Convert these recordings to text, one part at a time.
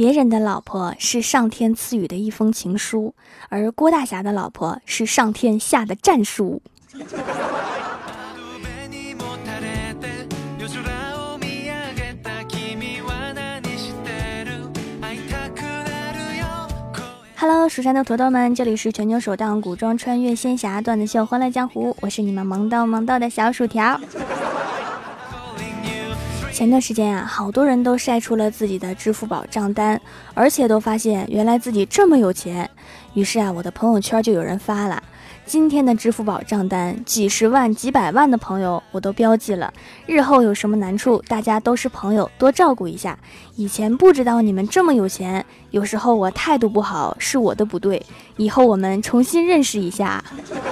别人的老婆是上天赐予的一封情书，而郭大侠的老婆是上天下的战书。Hello， 蜀山的土豆们，这里是全球首档古装穿越仙侠段子秀《欢乐江湖》，我是你们萌到的小薯条。前段时间啊，好多人都晒出了自己的支付宝账单，而且都发现原来自己这么有钱。于是啊，我的朋友圈就有人发了今天的支付宝账单，几十万几百万的朋友我都标记了，日后有什么难处大家都是朋友，多照顾一下。以前不知道你们这么有钱，有时候我态度不好是我的不对，以后我们重新认识一下。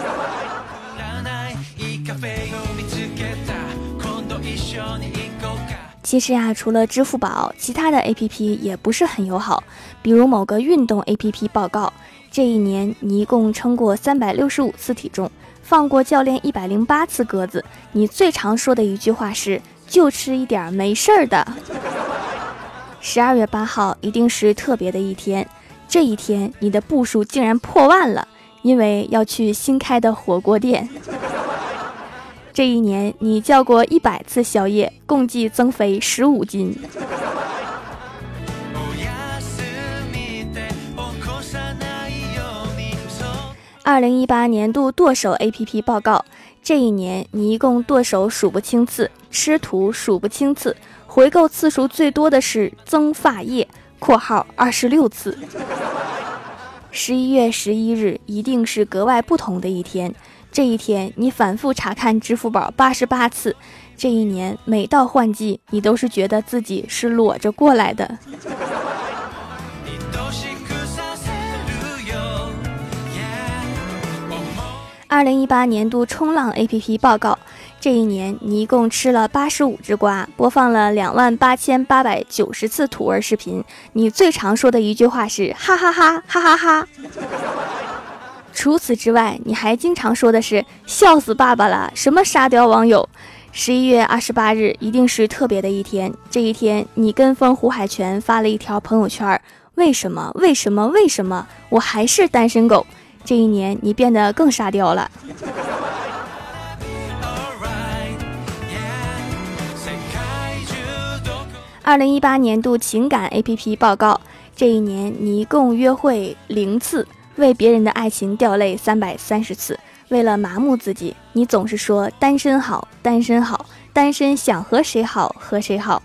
其实啊，除了支付宝，其他的 APP 也不是很友好。比如某个运动 APP 报告，这一年你一共称过365次体重，放过教练108次鸽子，你最常说的一句话是就吃一点没事儿的。12月8号一定是特别的一天，这一天你的步数竟然破万了，因为要去新开的火锅店。这一年你叫过100次宵夜，共计增肥15斤。2018年度剁手 APP 报告，这一年你一共剁手数不清次，吃土数不清次，回购次数最多的是增发液（括号26次）。11月11日一定是格外不同的一天，这一天你反复查看支付宝88次，这一年每到换季你都是觉得自己是裸着过来的。2018年度冲浪 APP 报告，这一年你一共吃了85只瓜，播放了28890次土味视频，你最常说的一句话是哈哈哈哈哈哈。除此之外，你还经常说的是笑死爸爸了，什么沙雕网友。11月28日一定是特别的一天，这一天你跟风胡海泉发了一条朋友圈，为什么我还是单身狗。这一年你变得更沙雕了。2018年度情感 APP 报告，这一年你一共约会0次，为别人的爱情掉泪330次，为了麻木自己，你总是说单身好，单身好，单身想和谁好和谁好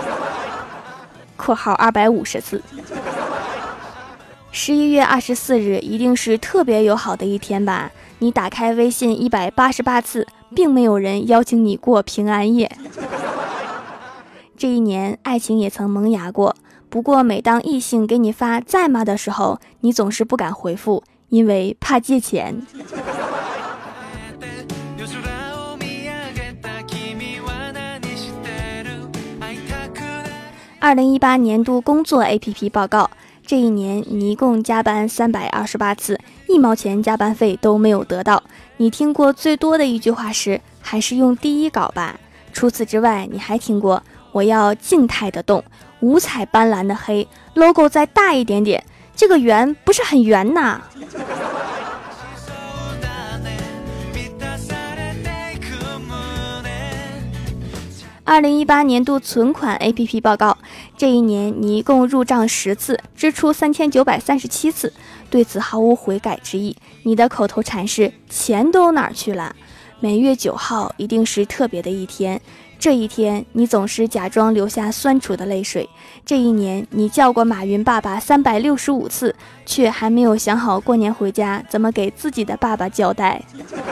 （括号250次）。11月24日一定是特别友好的一天吧？你打开微信188次，并没有人邀请你过平安夜。这一年爱情也曾萌芽过，不过每当异性给你发在吗的时候，你总是不敢回复，因为怕借钱。2018年度工作 APP 报告，这一年你一共加班328次，1毛钱加班费都没有得到。你听过最多的一句话是还是用第一稿吧。除此之外，你还听过我要静态的动，五彩斑斓的黑， logo 再大一点点，这个圆不是很圆呐。2018年度存款 APP 报告，这一年你一共入账10次，支出3937次，对此毫无悔改之意。你的口头禅是钱都哪儿去了？每月9号一定是特别的一天，这一天你总是假装流下酸楚的泪水。这一年你叫过马云爸爸365次，却还没有想好过年回家怎么给自己的爸爸交代。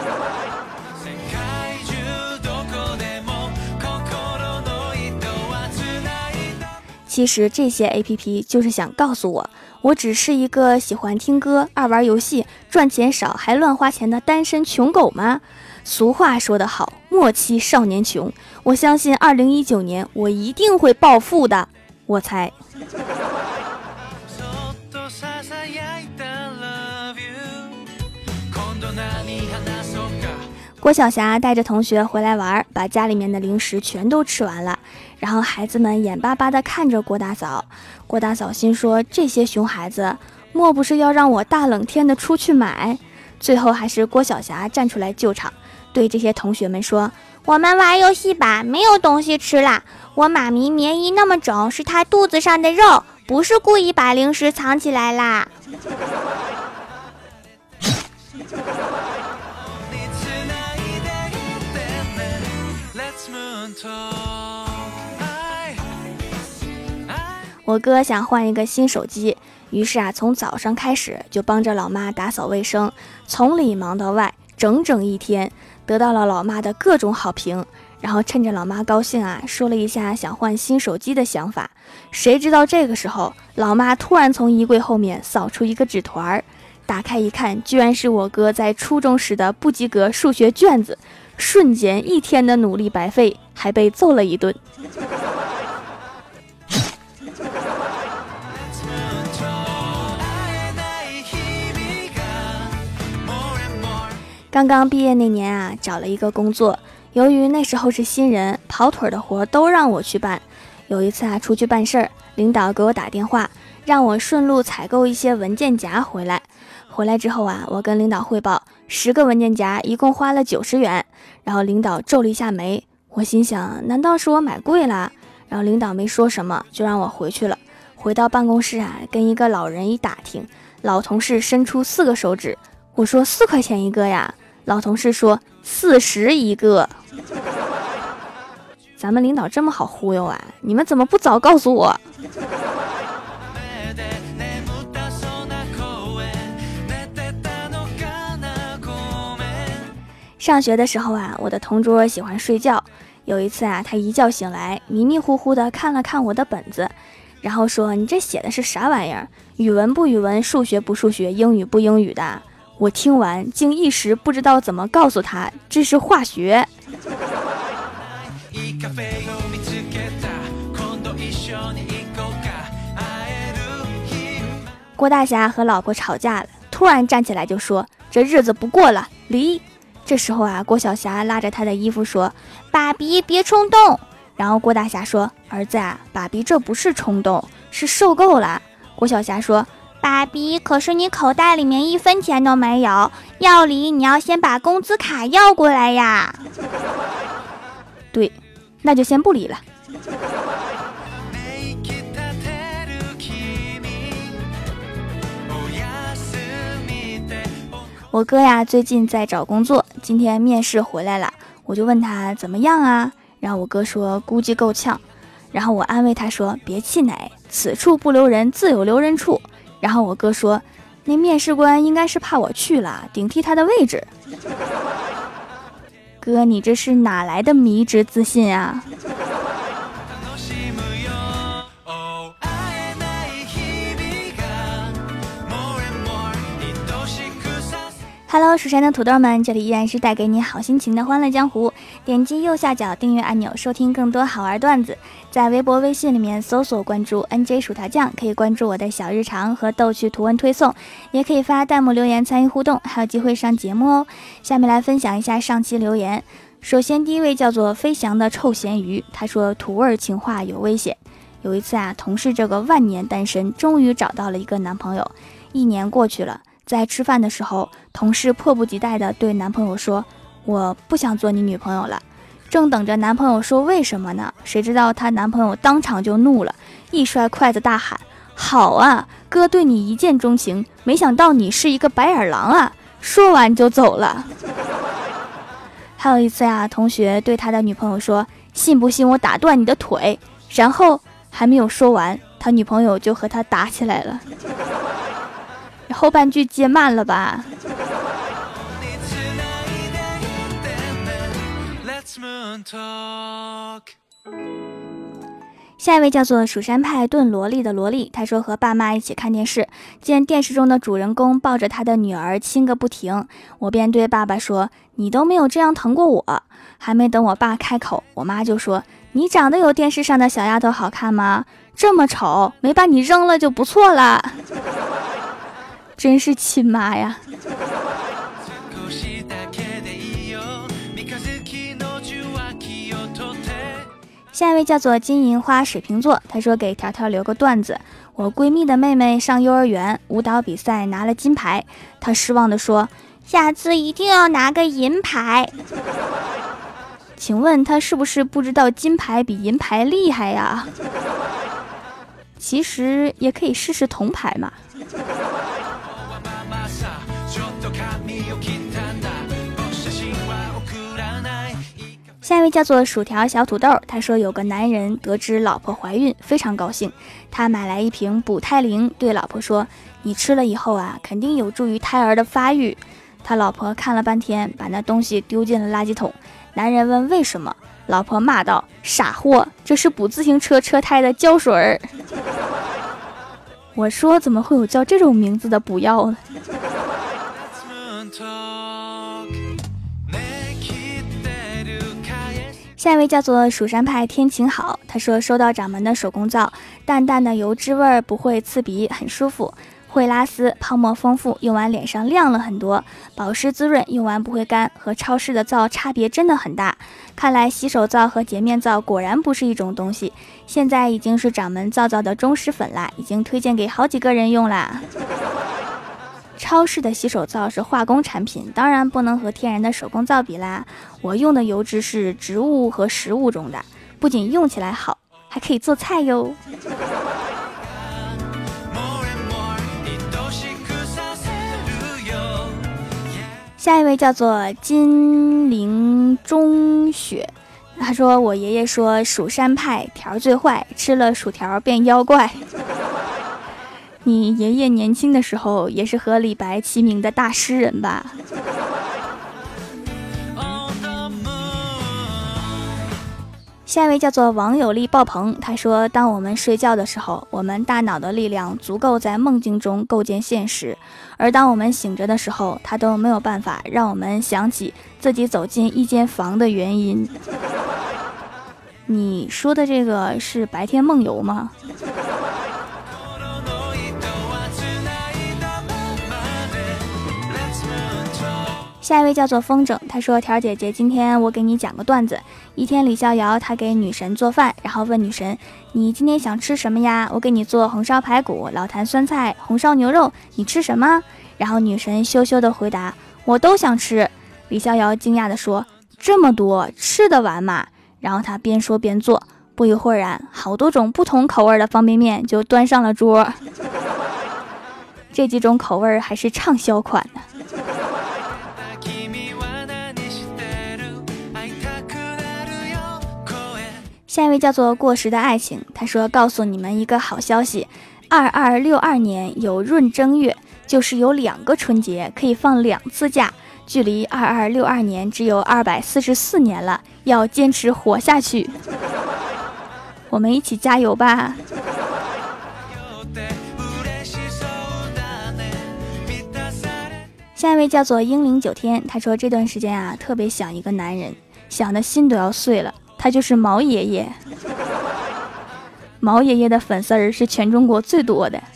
其实这些 APP 就是想告诉我，我只是一个喜欢听歌、爱玩游戏、赚钱少还乱花钱的单身穷狗吗？俗话说得好，莫欺少年穷。我相信2019年我一定会暴富的，我猜。 郭晓霞带着同学回来玩，把家里面的零食全都吃完了，然后孩子们眼巴巴地看着郭大嫂。郭大嫂心说，这些熊孩子莫不是要让我大冷天的出去买？最后还是郭晓霞站出来救场，对这些同学们说，我们玩游戏吧，没有东西吃啦。我妈咪棉衣那么肿，是她肚子上的肉，不是故意把零食藏起来啦。我哥想换一个新手机，于是从早上开始就帮着老妈打扫卫生，从里忙到外，整整一天，得到了老妈的各种好评。然后趁着老妈高兴说了一下想换新手机的想法。谁知道这个时候，老妈突然从衣柜后面扫出一个纸团，打开一看，居然是我哥在初中时的不及格数学卷子。瞬间一天的努力白费，还被揍了一顿。刚刚毕业那年找了一个工作，由于那时候是新人，跑腿的活都让我去办。有一次出去办事儿，领导给我打电话，让我顺路采购一些文件夹回来。回来之后我跟领导汇报，10个文件夹一共花了90元。然后领导皱了一下眉，我心想，难道是我买贵了？然后领导没说什么，就让我回去了。回到办公室跟一个老人一打听，老同事伸出4个手指，我说4块钱一个呀，老同事说40一个。咱们领导这么好忽悠你们怎么不早告诉我？上学的时候我的同桌喜欢睡觉。有一次他一觉醒来，迷迷糊糊的看了看我的本子，然后说，你这写的是啥玩意儿？语文不语文，数学不数学，英语不英语的。我听完竟一时不知道怎么告诉他，这是化学。郭大侠和老婆吵架了，突然站起来就说，这日子不过了，离。这时候郭晓霞拉着他的衣服说，爸比别冲动。然后郭大侠说，儿子爸比这不是冲动，是受够了。郭晓霞说，爸比可是你口袋里面1分钱都没有，要离你要先把工资卡要过来呀。对，那就先不离了。我哥最近在找工作，今天面试回来了，我就问他怎么样然后我哥说估计够呛，然后我安慰他说别气馁，此处不留人，自有留人处。然后我哥说，那面试官应该是怕我去了，顶替他的位置。哥，你这是哪来的迷之自信Hello， 蜀山的土豆们，这里依然是带给你好心情的欢乐江湖。点击右下角订阅按钮，收听更多好玩段子。在微博、微信里面搜索关注 NJ 薯条酱，可以关注我的小日常和逗趣图文推送，也可以发弹幕留言参与互动，还有机会上节目哦。下面来分享一下上期留言。首先第一位叫做飞翔的臭咸鱼，他说土味情话有危险。有一次同事这个万年单身终于找到了一个男朋友，1年过去了，在吃饭的时候，同事迫不及待地对男朋友说，我不想做你女朋友了。正等着男朋友说为什么呢，谁知道她男朋友当场就怒了，一摔筷子大喊，好啊，哥对你一见钟情，没想到你是一个白眼狼说完就走了。还有一次同学对他的女朋友说，信不信我打断你的腿，然后还没有说完，他女朋友就和他打起来了。后半句接慢了吧。下一位叫做蜀山派炖萝莉的萝莉，他说和爸妈一起看电视，见电视中的主人公抱着他的女儿亲个不停，我便对爸爸说，你都没有这样疼过我。还没等我爸开口，我妈就说，你长得有电视上的小丫头好看吗？这么丑，没把你扔了就不错了。真是亲妈呀。 下一位叫做金银花水瓶座，他说给条条留个段子，我闺蜜的妹妹上幼儿园舞蹈比赛拿了金牌，她失望地说下次一定要拿个银牌。请问她是不是不知道金牌比银牌厉害呀？其实也可以试试铜牌嘛。下一位叫做薯条小土豆，他说有个男人得知老婆怀孕，非常高兴，他买来一瓶补胎灵，对老婆说你吃了以后啊，肯定有助于胎儿的发育。他老婆看了半天，把那东西丢进了垃圾桶。男人问为什么，老婆骂道傻货，这是补自行车车胎的胶水儿。我说怎么会有叫这种名字的补药呢？下一位叫做蜀山派天晴好，他说收到掌门的手工皂，淡淡的油脂味不会刺鼻，很舒服，会拉丝，泡沫丰富，用完脸上亮了很多，保湿滋润，用完不会干，和超市的皂差别真的很大。看来洗手皂和洁面皂果然不是一种东西，现在已经是掌门皂皂的忠实粉啦，已经推荐给好几个人用啦。超市的洗手皂是化工产品，当然不能和天然的手工皂比啦。我用的油脂是植物和食物中的，不仅用起来好，还可以做菜哟。下一位叫做金陵中雪，他说我爷爷说蜀山派条最坏，吃了薯条变妖怪。你爷爷年轻的时候也是和李白齐名的大诗人吧？下一位叫做网友力爆棚，他说当我们睡觉的时候，我们大脑的力量足够在梦境中构建现实，而当我们醒着的时候，它都没有办法让我们想起自己走进一间房的原因。你说的这个是白天梦游吗？下一位叫做风筝，他说条姐姐，今天我给你讲个段子。一天李逍遥他给女神做饭，然后问女神你今天想吃什么呀？我给你做红烧排骨、老坛酸菜、红烧牛肉，你吃什么？然后女神羞羞的回答我都想吃。李逍遥惊讶的说这么多吃得完吗？然后他边说边做，不一会儿啊，好多种不同口味的方便面就端上了桌。这几种口味还是畅销款呢。下一位叫做过时的爱情，他说告诉你们一个好消息，2262年有闰正月，就是有2个春节可以放2次假，距离2262年只有244年了，要坚持活下去。我们一起加油吧。下一位叫做英灵9天，他说这段时间啊特别想一个男人，想的心都要碎了，他就是毛爷爷。毛爷爷的粉丝儿是全中国最多的。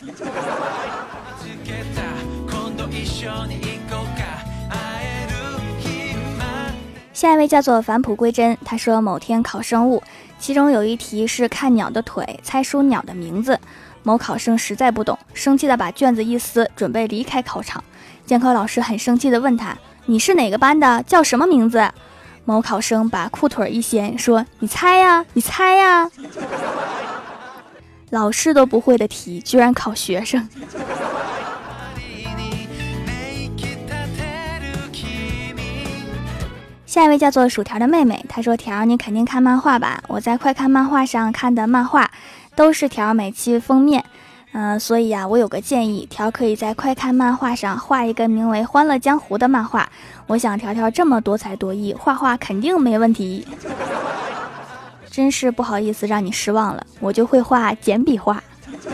下一位叫做返璞归真，他说某天考生物，其中有一题是看鸟的腿猜出鸟的名字，某考生实在不懂，生气的把卷子一撕，准备离开考场。监考老师很生气的问他你是哪个班的，叫什么名字？某考生把裤腿一掀说你猜呀，你猜呀。老师都不会的题居然考学生。下一位叫做薯条的妹妹，她说条你肯定看漫画吧，我在快看漫画上看的漫画都是条每期封面，所以啊我有个建议，条可以在快看漫画上画一个名为欢乐江湖的漫画，我想条条这么多才多艺，画画肯定没问题。真是不好意思让你失望了，我就会画简笔画。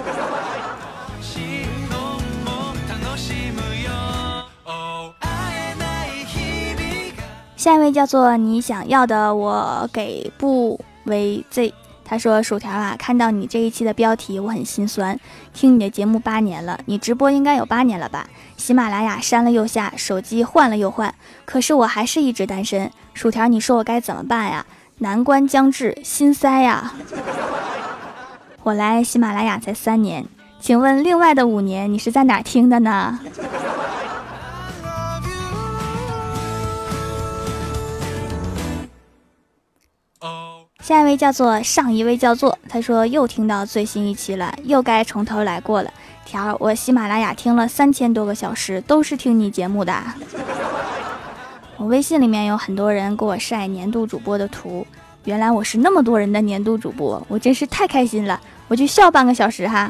下一位叫做你想要的我给不为 Z， 他说薯条啊，看到你这一期的标题我很心酸，听你的节目8年了，你直播应该有8年了吧，喜马拉雅删了又下，手机换了又换，可是我还是一直单身，薯条你说我该怎么办呀？ 难关将至，心塞呀。我来喜马拉雅才3年，请问另外的5年你是在哪听的呢？下一位叫做上一位叫做，他说又听到最新一期了，又该从头来过了。条，我喜马拉雅听了3000多个小时，都是听你节目的。我微信里面有很多人给我晒年度主播的图，原来我是那么多人的年度主播，我真是太开心了，我就笑半个小时哈。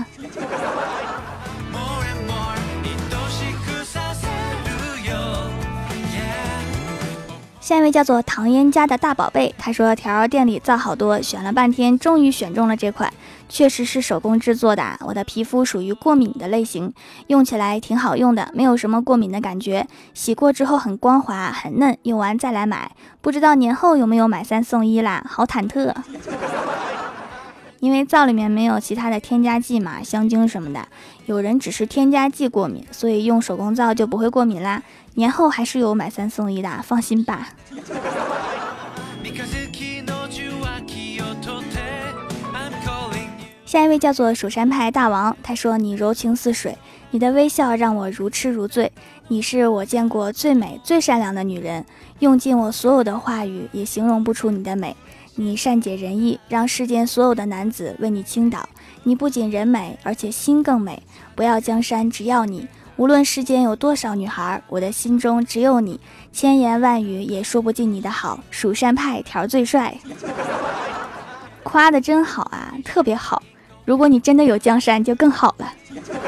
下一位叫做唐嫣家的大宝贝，他说条店里造好多，选了半天终于选中了这款，确实是手工制作的，我的皮肤属于过敏的类型，用起来挺好用的，没有什么过敏的感觉，洗过之后很光滑很嫩，用完再来买，不知道年后有没有买3送1啦，好忐忑。因为皂里面没有其他的添加剂嘛，香精什么的，有人只是添加剂过敏，所以用手工皂就不会过敏啦，年后还是有买3送1的，放心吧。下一位叫做蜀山派大王，他说你柔情似水，你的微笑让我如痴如醉，你是我见过最美最善良的女人，用尽我所有的话语也形容不出你的美，你善解人意，让世间所有的男子为你倾倒，你不仅人美而且心更美，不要江山只要你，无论世间有多少女孩，我的心中只有你，千言万语也说不尽你的好，蜀山派条最帅。夸得真好啊，特别好，如果你真的有江山就更好了。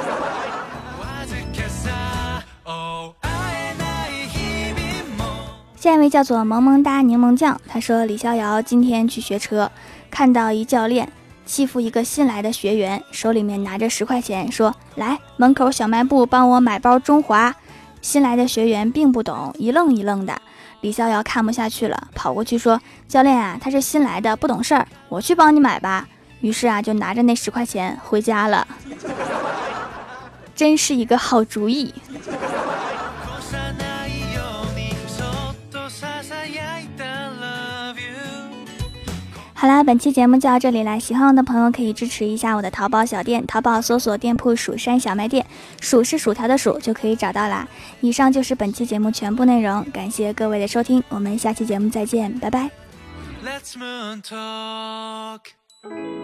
下一位叫做萌萌哒柠檬酱，他说李逍遥今天去学车，看到一教练欺负一个新来的学员，手里面拿着10块钱，说来门口小卖部帮我买包中华。新来的学员并不懂，一愣一愣的。李逍遥看不下去了，跑过去说教练啊，他是新来的不懂事儿，我去帮你买吧。于是啊就拿着那10块钱回家了。真是一个好主意。好啦，本期节目就到这里啦，喜欢我的朋友可以支持一下我的淘宝小店，淘宝搜索店铺蜀山小卖店，蜀是薯条的蜀就可以找到啦。以上就是本期节目全部内容，感谢各位的收听，我们下期节目再见，拜拜。Let's moon talk.